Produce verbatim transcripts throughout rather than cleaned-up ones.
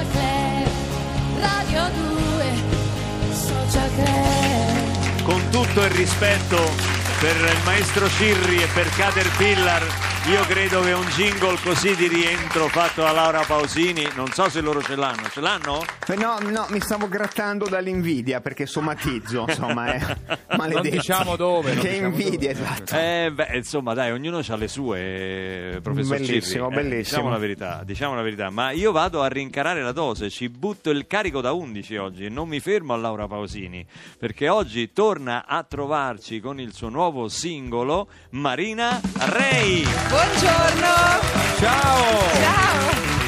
Social Club, Radio due, Social Club. Con tutto il rispetto per il maestro Cirri e per Caterpillar, io credo che un jingle così di rientro fatto da Laura Pausini, non so se loro ce l'hanno, ce l'hanno? Eh no, no, mi stavo grattando dall'invidia perché somatizzo, insomma, è maledetto. Non diciamo dove. Non Che diciamo invidia, dove. esatto. Eh beh, insomma, dai, ognuno ha le sue, professor Bellissimo, Cirri. Eh, bellissimo. diciamo la verità, diciamo la verità, ma io vado a rincarare la dose, ci butto il carico da undici oggi e non mi fermo a Laura Pausini, perché oggi torna a trovarci con il suo nuovo singolo Marina Rei. Buongiorno! Ciao! Ciao!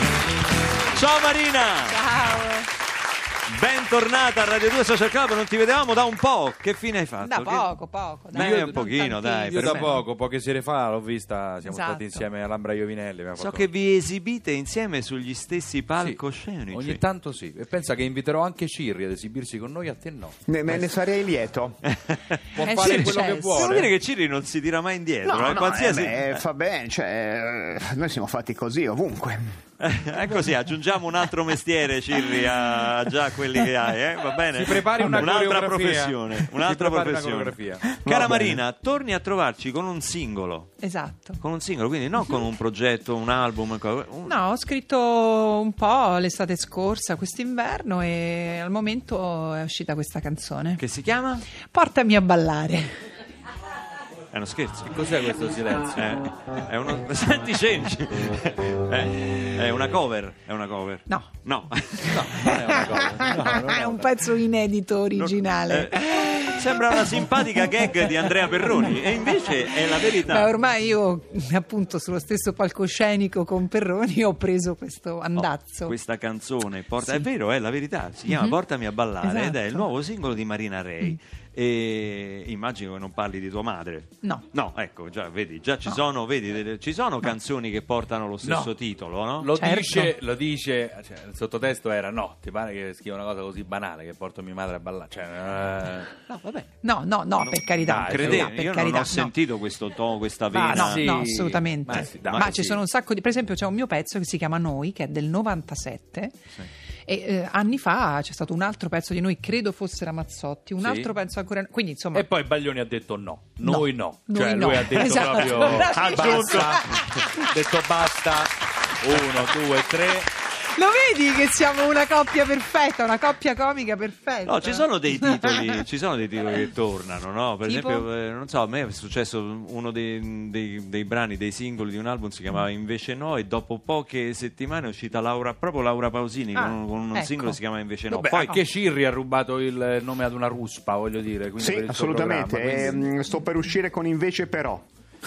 Ciao Marina! Ciao! Bentornata a Radio due Social Club, non ti vedevamo da un po', che fine hai fatto? Da Che- poco, poco. Dai, Beh, non un pochino, dai, tantissimo. Io da me. poco, poche sere fa l'ho vista, siamo Esatto. stati insieme all'Ambra Iovinelli. abbiamo So fatto- che vi esibite insieme sugli stessi Sì, palcoscenici. ogni tanto sì, e pensa che inviterò anche Cirri ad esibirsi con noi, a te no. Ne, me ne sarei lieto. Può È fare quello che successo. Devo vuole. dire che Cirri non si tira mai indietro, eh, qualsiasi... eh, beh, fa bene, cioè, eh, noi siamo fatti così ovunque. È così, aggiungiamo un altro mestiere, Cirri, a già quelli che hai, eh? Va bene? Si prepari una un'altra coreografia. professione, un'altra Si prepari una professione. coreografia. Cara Va bene. Marina, torni a trovarci con un singolo, Esatto. con un singolo, quindi non con un progetto, un album, un- No, ho scritto un po' l'estate scorsa, quest'inverno, e al momento è uscita questa canzone. che si chiama? Portami a ballare. È uno scherzo. Cos'è questo silenzio? Eh, è uno... Senti, Cenci. Eh, è una cover, è una cover. No. No. No, non è una cosa. No, non È un pezzo inedito, originale. Eh, sembra una simpatica gag di Andrea Perroni e invece è la verità. Beh, ormai io, appunto, sullo stesso palcoscenico con Perroni ho preso questo andazzo. Oh, questa canzone porta, è vero, è la verità, si chiama Portami a ballare ed è il Esatto. nuovo singolo di Marina Rei. E immagino che non parli di tua madre. No. No, ecco, già vedi, già ci sono, vedi, delle- ci sono canzoni che portano lo stesso No. titolo, no? Lo Certo. dice, lo dice, cioè, il sottotesto era: no, ti pare che scriva una cosa così banale che porto mia madre a ballare? Cioè, eh, No, vabbè. No, no, no, per carità. dai, per Crede, carità, per io carità, non ho no. sentito questo tono, questa Ma vena. no, sì. no, assolutamente. Ma sì, dai, Ma ma ci sì. sono un sacco di... Per esempio c'è un mio pezzo che si chiama Noi, che è del novantasette. E eh, anni fa c'è stato un altro pezzo di Noi, credo fosse Ramazzotti, un Sì. altro pezzo ancora... Quindi insomma... E poi Baglioni ha detto no, noi no, Noi cioè no. lui ha detto Esatto. proprio Bravissimo. basta, ha detto basta, uno, due, tre. Lo vedi che siamo una coppia perfetta, una coppia comica perfetta? No, ci sono dei titoli, ci sono dei titoli che tornano, no? Per Tipo? esempio, eh, non so, a me è successo uno dei, dei- dei brani, dei singoli di un album si chiamava Invece No, e dopo poche settimane è uscita Laura, proprio Laura Pausini Ah, con, con un ecco. singolo che si chiama Invece No. Vabbè, Poi anche Cirri ha rubato il nome ad una ruspa, voglio dire. quindi Sì, per il suo assolutamente. programma, quindi- Ehm, sto per uscire con Invece Però.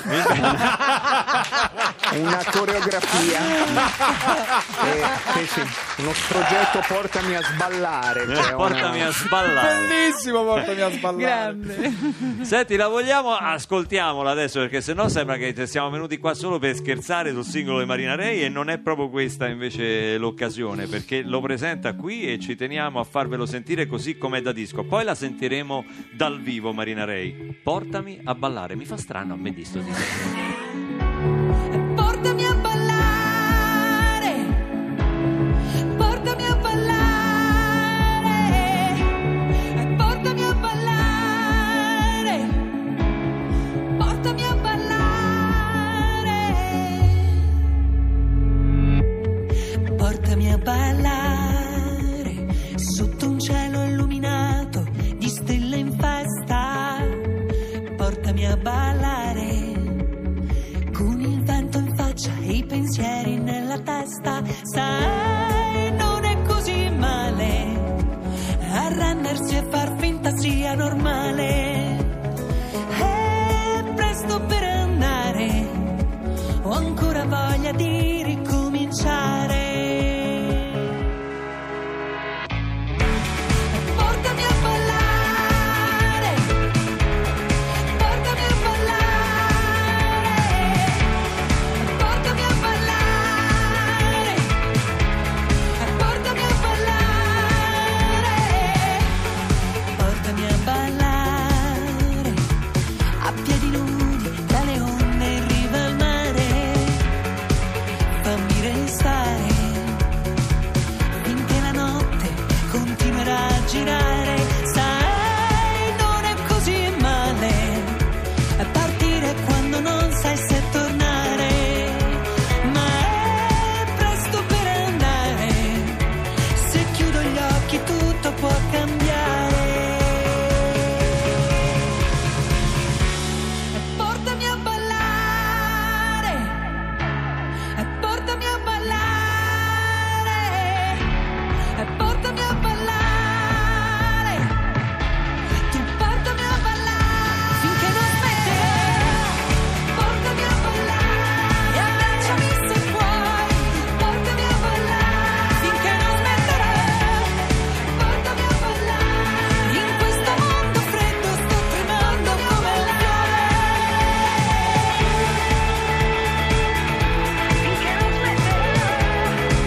Una coreografia. Eh, sì, sì, uno progetto Portami a sballare. eh, cioè portami una- a sballare. Bellissimo, portami a sballare. Grande. Senti, la vogliamo? Ascoltiamola adesso, perché sennò sembra che siamo venuti qua solo per scherzare sul singolo di Marina Rei, e non è proprio questa invece l'occasione, perché lo presenta qui e ci teniamo a farvelo sentire così com'è da disco. Poi la sentiremo dal vivo, Marina Rei. Portami a ballare. Mi fa strano a me di sto disco. Portami a ballare, portami a ballare, portami a ballare, portami a ballare, portami a ballare sotto un cielo illuminato di stelle in festa, portami a ballare con il vento in faccia e i pensieri nella testa. Sai, non è così male arrendersi e far finta sia normale. È presto per andare, ho ancora voglia di ricominciare. Portami a ballare, portami a ballare, portami a ballare, portami a ballare, portami a ballare, a piedi nudi tra le onde in riva al mare, fammi restare girare, sai, non è così male partire quando non sai se tornare, ma è presto per andare, se chiudo gli occhi tutto può cambiare. E portami a ballare, e portami a ballare, e portami a ballare, tu portami a ballare, finché non smetterò, portami a ballare, e abbracciami se puoi, portami a ballare, finché non smetterò, portami a ballare, in questo mondo freddo sto tremando come un fiore, finché non smetterò,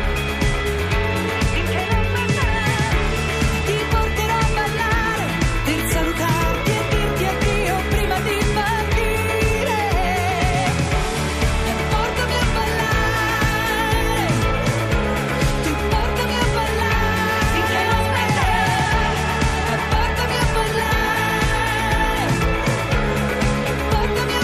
finché non smetterò, ti porterò a ballare per salutarti e dirti addio prima di partire, e portami a ballare, tu portami a ballare, finché non smetterò, e portami a ballare, portami a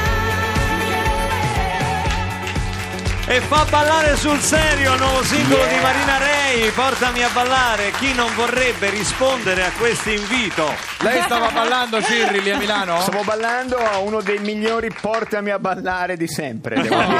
ballare. E fa ballare sul serio il nuovo singolo di Marina Rei, Portami a ballare. Chi non vorrebbe rispondere a questo invito? Lei stava ballando, Cirri, lì a Milano? Stavo ballando a uno dei migliori Portami a ballare di sempre, devo dire.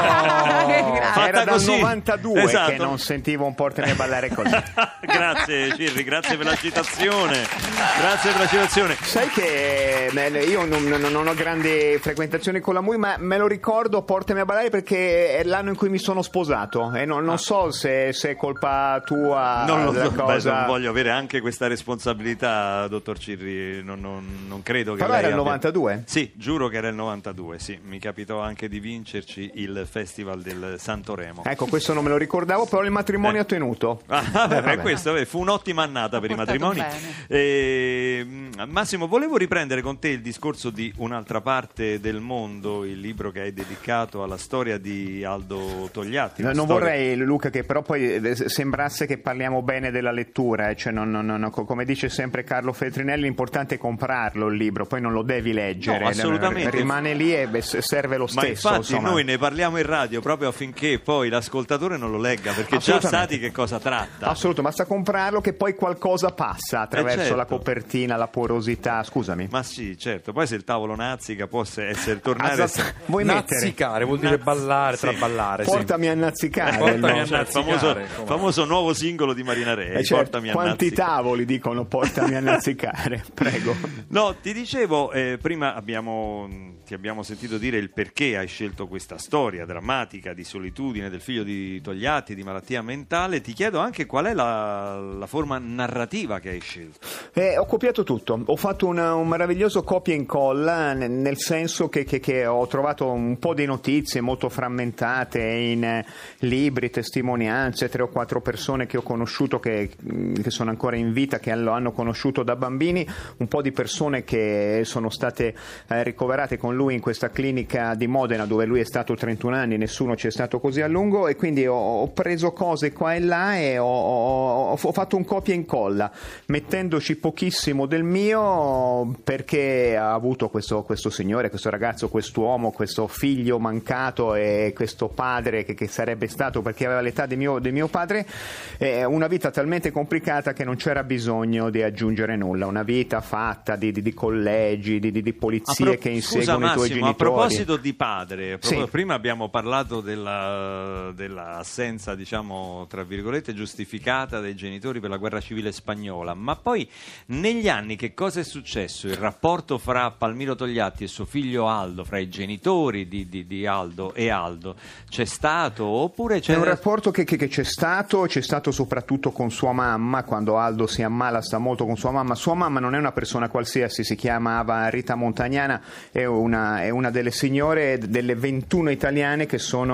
Fatta Era dal così. novantadue Esatto. che non sentivo un Portami a ballare così. Grazie Cirri, grazie per la citazione. Grazie per la citazione. Sai che eh, io non, non- non ho grande frequentazione con la M U I, ma me lo ricordo Portami a ballare perché è l'anno in cui mi sono sposato e non, non so se, se è colpa tua Non lo la so, beh, cosa. non voglio avere anche questa responsabilità, dottor Cirri, non, non- non credo che Però lei era il abbia- novantadue? Sì, giuro che era il novantadue, sì, mi capitò anche di vincerci il festival del Santoremo. Ecco, questo non me lo ricordavo, però il matrimonio Eh. ha tenuto. Ah, vabbè, vabbè. questo vabbè, fu un'ottima annata per i portato matrimoni. bene. E, mh, Massimo, volevo riprendere con te il discorso di Un'altra parte del mondo, il libro che hai dedicato alla storia di Aldo Togliatti. una Non storia- vorrei, Luca, che però poi eh, sembrasse che parliamo bene della lettura, eh, cioè non- non- non- co- come dice sempre Carlo Feltrinelli, l'importante è comprarlo il libro, poi non lo devi leggere, No, assolutamente. rimane lì e beh, serve lo Ma stesso. infatti insomma. noi ne parliamo in radio proprio affinché poi l'ascoltatore non lo legga, perché già Assolutamente. sa di che cosa tratta. Assolutamente, basta comprarlo che poi qualcosa passa attraverso Eh, certo. la copertina, la porosità, scusami. Ma sì, certo, poi se il tavolo nazzica può essere tornare Esatto. se- Vuoi mettere? Nazzicare vuol dire Nazz- ballare, sì. traballare. sì. Portami a nazzicare. Portami no? a Cioè, il famoso, nazzicare, come? famoso nuovo singolo di Marina Rei, Eh, certo, Portami a quanti nazzicare. tavoli dicono portami a nazzicare, prego. No, ti dicevo, eh, prima abbiamo, ti abbiamo sentito dire il perché hai scelto questa storia drammatica di solitudine del figlio di Togliatti, di malattia mentale. Ti chiedo anche qual è la, la forma narrativa che hai scelto. Eh, ho copiato tutto, ho fatto una- un meraviglioso copia e incolla, ne- nel senso che, che- che ho trovato un po' di notizie molto frammentate in eh, libri, testimonianze, tre o quattro persone che ho conosciuto che, mh, che sono ancora in vita, che lo hanno conosciuto da bambini, un po' di persone che sono state eh, ricoverate con lui in questa clinica di Modena dove lui è stato trentuno anni, nessuno c'è stato così a lungo, e quindi ho, ho preso cose qua e là e ho, ho- ho fatto un copia e incolla mettendoci pochissimo del mio, perché ha avuto questo, questo signore, questo ragazzo, quest'uomo, questo figlio mancato e questo padre che, che sarebbe stato, perché aveva l'età di mio, di mio padre, eh, una vita talmente complicata che non c'era bisogno di aggiungere nulla, una vita fatta di, di, di collegi, di, di, di polizie A pro- che Scusa inseguono i tuoi Massimo, a genitori. proposito di padre, proprio Sì. prima abbiamo parlato della, dell'assenza, diciamo, tra virgolette, giustificata dei genitori per la guerra civile spagnola, ma poi negli anni che cosa è successo? Il rapporto fra Palmiro Togliatti e suo figlio Aldo, fra i genitori di, di- di Aldo e Aldo, c'è stato oppure c'è... È un rapporto che, che- che c'è stato, c'è stato soprattutto con sua mamma. Quando Aldo si ammala sta molto con sua mamma. Sua mamma non è una persona qualsiasi, si chiamava Rita Montagnana, è una, è una delle signore, delle ventuno italiane che sono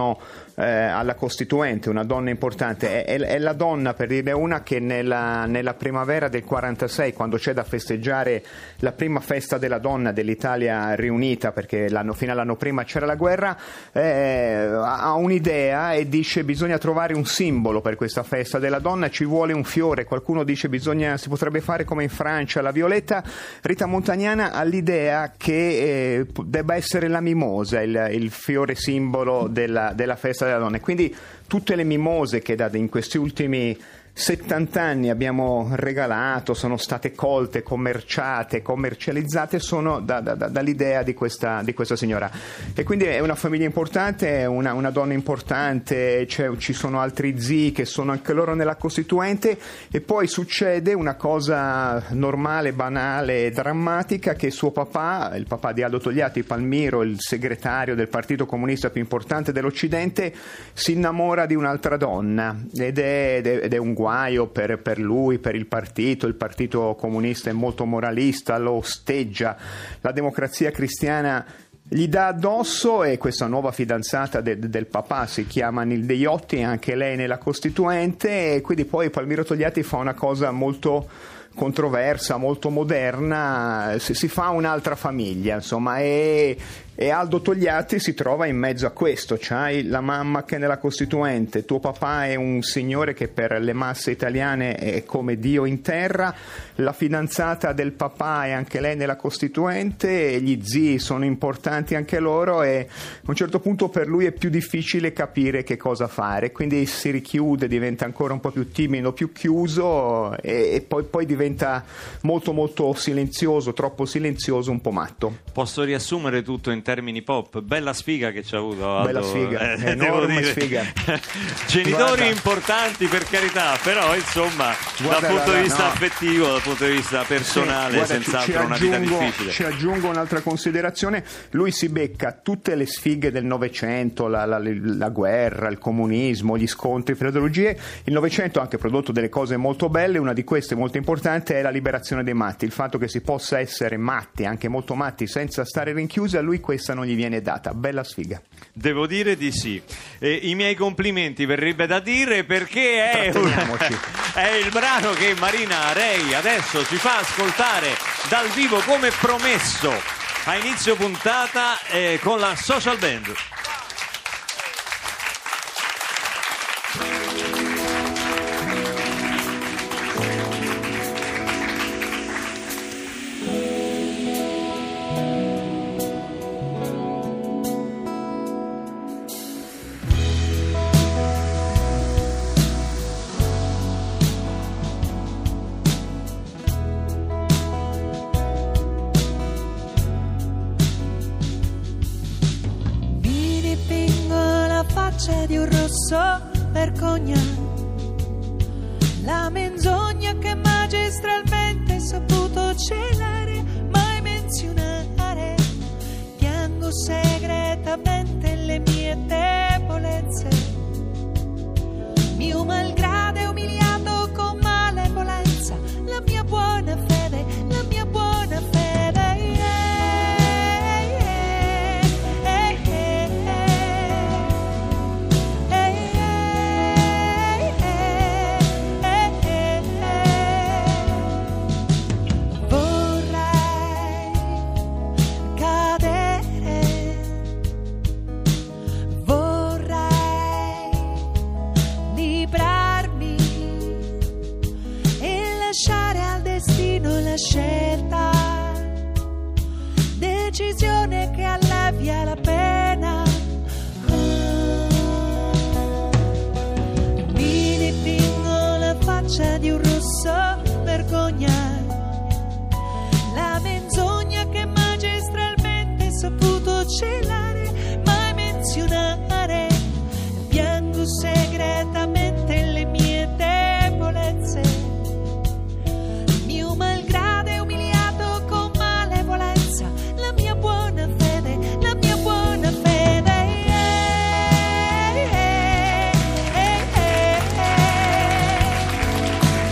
eh, alla Costituente, una donna importante, è, è la donna, per dire una, che nella, nella primavera del quarantasei, quando c'è da festeggiare la prima festa della donna dell'Italia riunita, perché l'anno, fino all'anno prima c'era la guerra, eh, ha un'idea e dice: bisogna trovare un simbolo per questa festa della donna, ci vuole un fiore. Qualcuno dice bisogna, si potrebbe fare come in Francia, la violetta. Rita Montagnana ha l'idea che eh, debba essere la mimosa il, il fiore simbolo della, della festa della donna, e quindi tutte le mimose che da, in questi ultimi settanta anni abbiamo regalato, sono state colte, commerciate, commercializzate, sono da, da, da, dall'idea di questa, di questa signora. E quindi è una famiglia importante, è una, una donna importante, cioè, ci sono altri zii che sono anche loro nella Costituente, e poi succede una cosa normale, banale, drammatica, che suo papà, il papà di Aldo Togliatti, Palmiro, il segretario del Partito Comunista più importante dell'Occidente, si innamora di un'altra donna, ed è, ed è, ed è un guaio per, per lui, per il partito. Il Partito Comunista è molto moralista, lo osteggia, la Democrazia Cristiana gli dà addosso, e questa nuova fidanzata de, del papà si chiama Nilde Iotti, anche lei nella Costituente, e quindi poi Palmiro Togliatti fa una cosa molto controversa, molto moderna, si, si fa un'altra famiglia, insomma, e, e Aldo Togliatti si trova in mezzo a questo. C'hai la mamma che è nella Costituente, tuo papà è un signore che per le masse italiane è come Dio in terra, la fidanzata del papà è anche lei nella Costituente, e gli zii sono importanti anche loro, e a un certo punto per lui è più difficile capire che cosa fare, quindi si richiude, diventa ancora un po' più timido, più chiuso, e, e poi, poi diventa molto molto silenzioso, troppo silenzioso, un po' matto. Posso riassumere tutto in termini pop? Bella sfiga che ci ha avuto Aldo. Bella sfiga, eh, enorme sfiga. Genitori Guarda. importanti, per carità, però insomma Guarda, dal punto la, di vista no. affettivo, dal punto di vista personale, Sì, guarda, senz'altro ci una vita aggiungo, difficile. ci aggiungo un'altra considerazione: lui si becca tutte le sfighe del Novecento, la, la, la guerra, il comunismo, gli scontri fra ideologie. Il Novecento ha anche prodotto delle cose molto belle, una di queste molto importante è la liberazione dei matti, il fatto che si possa essere matti, anche molto matti, senza stare rinchiusi. A lui questa non gli viene data. Bella sfiga. Devo dire di sì. Eh, I miei complimenti, verrebbe da dire, perché è, un, è il brano che Marina Rei adesso ci fa ascoltare dal vivo, come promesso a inizio puntata, eh, con la Social Band. Di un rosso vergogna, la menzogna che magistralmente hai saputo celare, mai menzionare. Piango segretamente le mie debolezze, mio malgrado è umiliato con malevolenza, la mia buona fede, la mia buona fede. La scelta, decisione che allevia la pena. Mi dipingo la faccia di un rosso vergogna, la menzogna che magistralmente hai saputo celare, mai menzionare. Piango segretamente le mie debolezze, mio malgrado è umiliato con malevolenza, la mia buona fede, la mia buona fede. Eh, eh, eh, eh,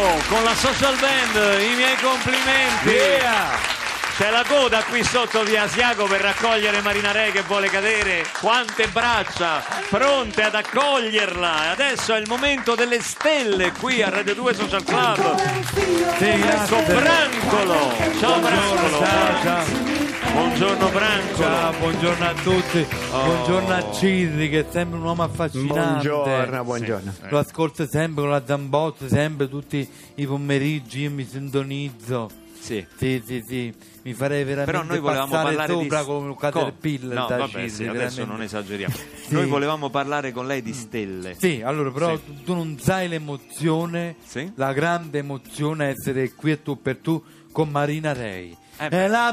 con la social band, i miei complimenti. Yeah! C'è la coda qui sotto via Asiago per raccogliere Marina Rei che vuole cadere. Quante braccia pronte ad accoglierla. Adesso è il momento delle stelle qui a Radio due Social Club. Sì, Ecco Brancolo. Ciao Brancolo. Ciao, ciao. Buongiorno Brancolo. Ciao, buongiorno a tutti. Oh. Buongiorno a Cirri che è sempre un uomo affascinante. Buongiorno, buongiorno. Lo ascolto sempre con la Zambotta, sempre tutti i pomeriggi, io mi sintonizzo. Sì. Sì, sì, sì, mi farei veramente Però noi volevamo passare parlare sopra di come un caterpillar. No, da vabbè, Cirri, sì, adesso veramente. non esageriamo. Noi volevamo parlare con lei di stelle. Sì, allora però Sì. Tu, tu non sai l'emozione, Sì? la grande emozione essere qui e tu per tu con Marina Rei. Eh beh. È la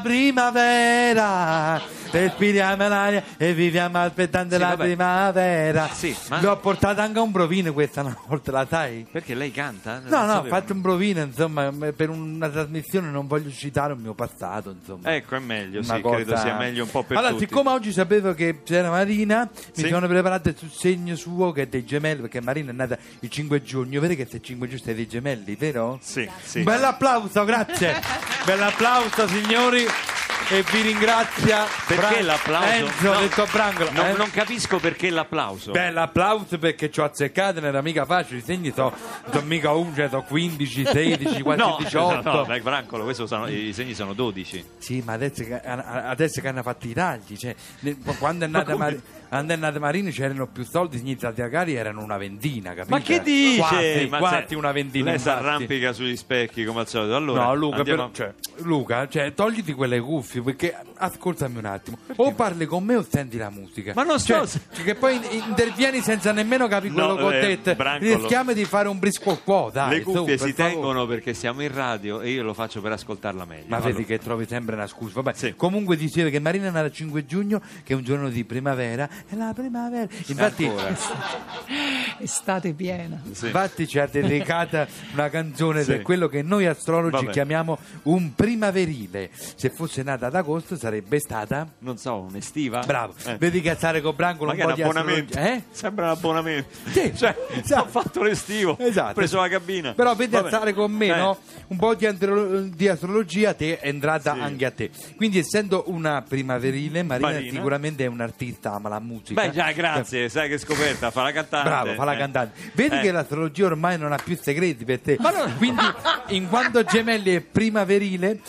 primavera, respiriamo l'aria e viviamo aspettando Sì, la vabbè. primavera. Sì, ma- Vi ho portato anche un provino questa una volta, la sai? Perché lei canta? No, Non no, ho sapevo. fatto un provino, insomma, per una trasmissione non voglio citare il mio passato, insomma. Ecco, è meglio, Una sì, cosa- credo sia meglio un po' per allora, tutti. siccome oggi sapevo che c'era Marina, Sì. mi sono preparato sul segno suo che è dei gemelli, perché Marina è nata il cinque giugno, vedi che sei cinque giugno sei dei gemelli, vero? Sì, sì. Un bel applauso, grazie. Bell'applauso, signori. E vi ringrazia Perché l'applauso? Enzo, No, ho detto Brancolo. Non, eh? non capisco perché l'applauso. Beh, l'applauso perché ci ho azzeccato, non era mica facile, i segni sono so mica uno, cioè sono quindici, sedici, quasi no, diciotto. no, no, dai, Brancolo, questo sono, i segni sono dodici. Sì, ma adesso che, adesso che hanno fatto i tagli, cioè, ne- quando è nata, come? Mari- quando è nata Marini c'erano più soldi, gli zodiacali erano una ventina, capito? Ma che dice? Quasi, Ma quasi se- una ventina. Lei si infatti. arrampica sugli specchi come al solito. Allora, No, Luca, andiamo però, cioè, Luca, cioè, togliti quelle cuffie perché ascoltami un attimo. O parli con me o senti la musica. Ma non sto- Cioè, che poi in- intervieni senza nemmeno capire No, quello che ho eh, detto. Brancolo. Rischiamo di fare un brisco qua, dai. Le cuffie su, per si favore. tengono perché siamo in radio e io lo faccio per ascoltarla meglio. Ma Allora, vedi che trovi sempre una scusa. Vabbè, Sì. comunque diceva che Marina è nata il cinque giugno, che è un giorno di primavera. È la primavera. Infatti, ancora. Estate piena. Sì. infatti ci ha dedicata una canzone Sì. per quello che noi astrologi Vabbè. chiamiamo un primaverile. Se fosse nata ad agosto sarebbe stata... Non so, un'estiva? Bravo, Eh. vedi che stare con Brancolo Ma un che è po' un di abbonamento? astrologia. Eh? Sembra un abbonamento. Sì, Cioè, esatto. ho fatto l'estivo, Esatto. ho preso la cabina. Però vedi a Vabbè. stare con me, Eh. no? Un po' di, antro- di astrologia te è entrata Sì. anche a te. Quindi essendo una primaverile, Marina, Marina. sicuramente è un artista, ama la musica. Beh, già, grazie, sai che scoperta, fa la cantante. Bravo, fa la Eh. cantante. Vedi Eh. che l'astrologia ormai non ha più segreti per te. Quindi, in quanto gemelli e primaverile,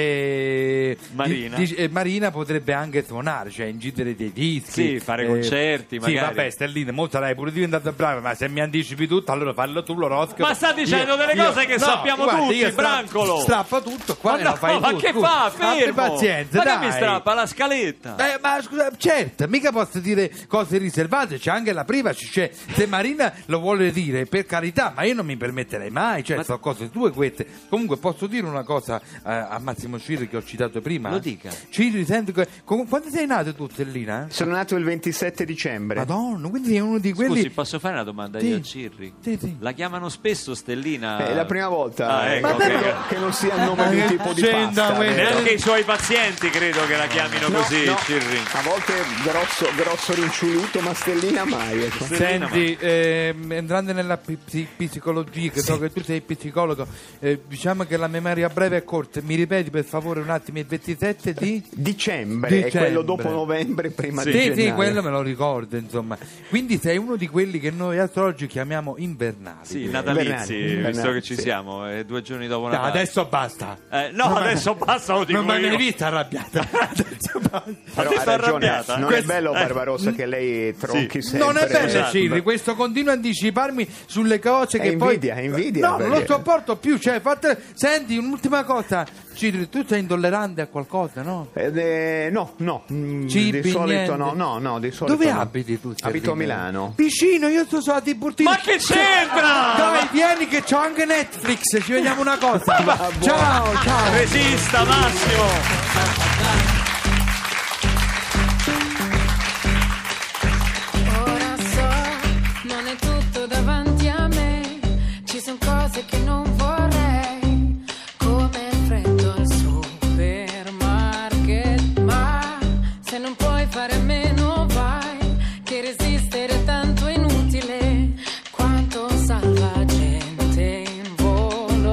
eh, Marina. di- di- eh, Marina potrebbe anche suonare, cioè incidere dei dischi. Sì, fare concerti, Sì, magari. vabbè, Stellina, mo sarai pure diventata brava, ma se mi anticipi tutto, allora fallo tu l'oroscopo. Ma sta dicendo Io- delle io- cose che no, sappiamo guarda, tutti, io stra- Brancolo. Strappa tutto, qua Ma e no, lo fai ma tu. che scusa. fa? Abbi Fermo. pazienza, Ma dai. che mi strappa la scaletta? Eh, ma scusa, certo, mica posso dire cose riservate, c'è anche la privacy, cioè, se Marina lo vuole dire, per carità, ma io non mi permetterei mai, cioè, Ma- sono cose tue queste. Comunque posso dire una cosa eh, a Massimo Cirri che ho citato prima? Lo dica. Cirri, senti, che- com- quando sei nato tu, Stellina? Sono nato il ventisette dicembre. Madonna, quindi sei uno di quelli... Scusi, posso fare una domanda Sì. io a Cirri? Sì, sì. La chiamano spesso Stellina? È la prima volta Ah, eh, ecco, che, ok. che non sia il nome di un tipo di Scenda, pasta. questo. vero? Neanche i suoi pazienti credo che la chiamino No, così, no, Cirri. a volte grosso, grosso rinciuluto, ma stellina mai. ecco. Stellina, Senti, ehm, entrando nella pi- psi- psicologia, che so che tu sei psicologo, eh, diciamo che la memoria breve è corta. Mi ripeti per favore un attimo il ventisette di... Dicembre, è Dicembre. quello dopo novembre, prima Sì. di Sì, gennaio. sì, quello me lo ricordo, insomma. Quindi sei uno di quelli che noi astrologi chiamiamo invernali. Sì, natalizi, Invernali, visto che ci sì. siamo, è due giorni dopo No, Natale. adesso basta. Eh, no, adesso basta, lo dico Non me ne io. hai vista arrabbiata. Adesso basta. Però ti ha sta ragione, arrabbiata? non Questo- è bello eh. Barbarossa che lei tronchi sempre. Non è bello, esatto. Cirri, questo continua a anticiparmi sulle cose È che poi... invidia, è invidia, No, non lo perché- sopporto più, cioè, fate... Senti, un'ultima cosa. Cirri, tu sei intollerante a qualcosa, no? Ed è- no, no, mm, Cibi, di solito niente? no, no, no, di solito Dove no. abiti tu? Abito a Cirri? Milano. Vicino, io sto a Tiburtino. Ma che c'entra? Dai, vieni che c'ho anche Netflix, ci vediamo una cosa. Va buono. Ciao, ciao. Resista, Massimo. Ora so, non è tutto davanti a me, ci sono cose che non vorrei, come il freddo al supermarket, ma se non puoi fare a meno vai, che resistere tanto è inutile, quanto salva gente in volo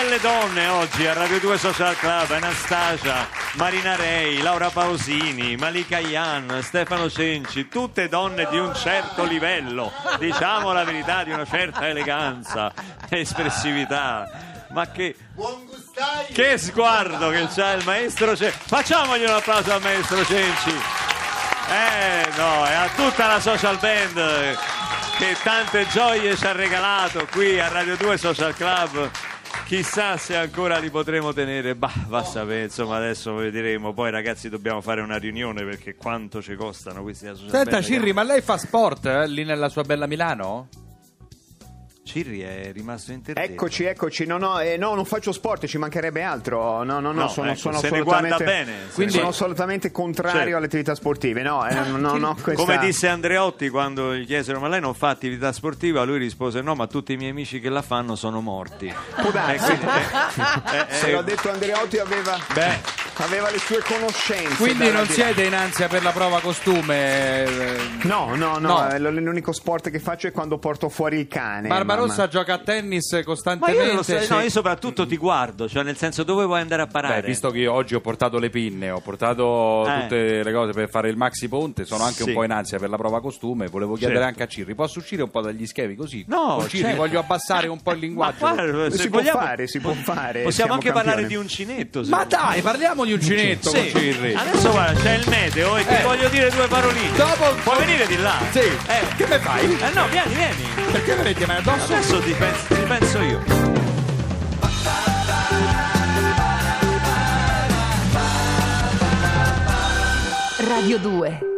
belle donne oggi a Radio due Social Club: Anastasia, Marina Rei, Laura Pausini, Malika Yan, Stefano Cenci, tutte donne di un certo livello, diciamo la verità, di una certa eleganza, espressività. Ma che che sguardo che c'ha il maestro Cenci. Facciamogli un applauso al maestro Cenci. Eh no, e a tutta la social band che tante gioie ci ha regalato qui a Radio due Social Club. Chissà se ancora li potremo tenere. Bah, va a sapere, insomma, adesso vedremo. Poi ragazzi dobbiamo fare una riunione, perché quanto ci costano questi social Senta band, Cirri, che... ma lei fa sport eh, lì nella sua bella Milano? Cirri è rimasto interdetto. Eccoci, eccoci. No, no, eh, no, non faccio sport, ci mancherebbe altro. No, no, no, No, sono, ecco, sono se ne assolutamente, guarda bene. quindi sono assolutamente contrario Certo. alle attività sportive. No, eh, non, non ho questa... Come disse Andreotti quando gli chiesero: ma lei non fa attività sportiva? Lui rispose: no, ma tutti i miei amici che la fanno sono morti. Può darsi. quindi, eh, eh, Se eh, l'ha detto Andreotti aveva, Beh, aveva le sue conoscenze. quindi da non dire. siete in ansia per la prova costume? eh, No, no, no, No. eh, l'unico sport che faccio è quando porto fuori il cane. Barbarossa mamma. gioca a tennis ma costantemente. io, non lo so, Sì. no, io soprattutto ti guardo, cioè nel senso, dove vuoi andare a parare? Beh, visto che io oggi ho portato le pinne, ho portato Eh. tutte le cose per fare il maxi ponte, sono anche Sì. un po' in ansia per la prova costume, volevo chiedere Certo. anche a Cirri, posso uscire un po' dagli schemi così? No, Con Cirri certo. voglio abbassare un po' il Ma linguaggio. guarda, se Si vogliamo- può fare, si può fare. Possiamo siamo anche parlare campioni. di uncinetto. se Ma vuoi. dai, parliamo di uncinetto Sì. con Cirri. Adesso guarda, c'è il meteo e ti Eh. voglio dire due paroline. Dopo Puoi venire di là? Sì. Eh. Che me fai? Eh no, vieni, vieni. Perché mi metti mai addosso? Adesso ti penso, ti penso io. Radio due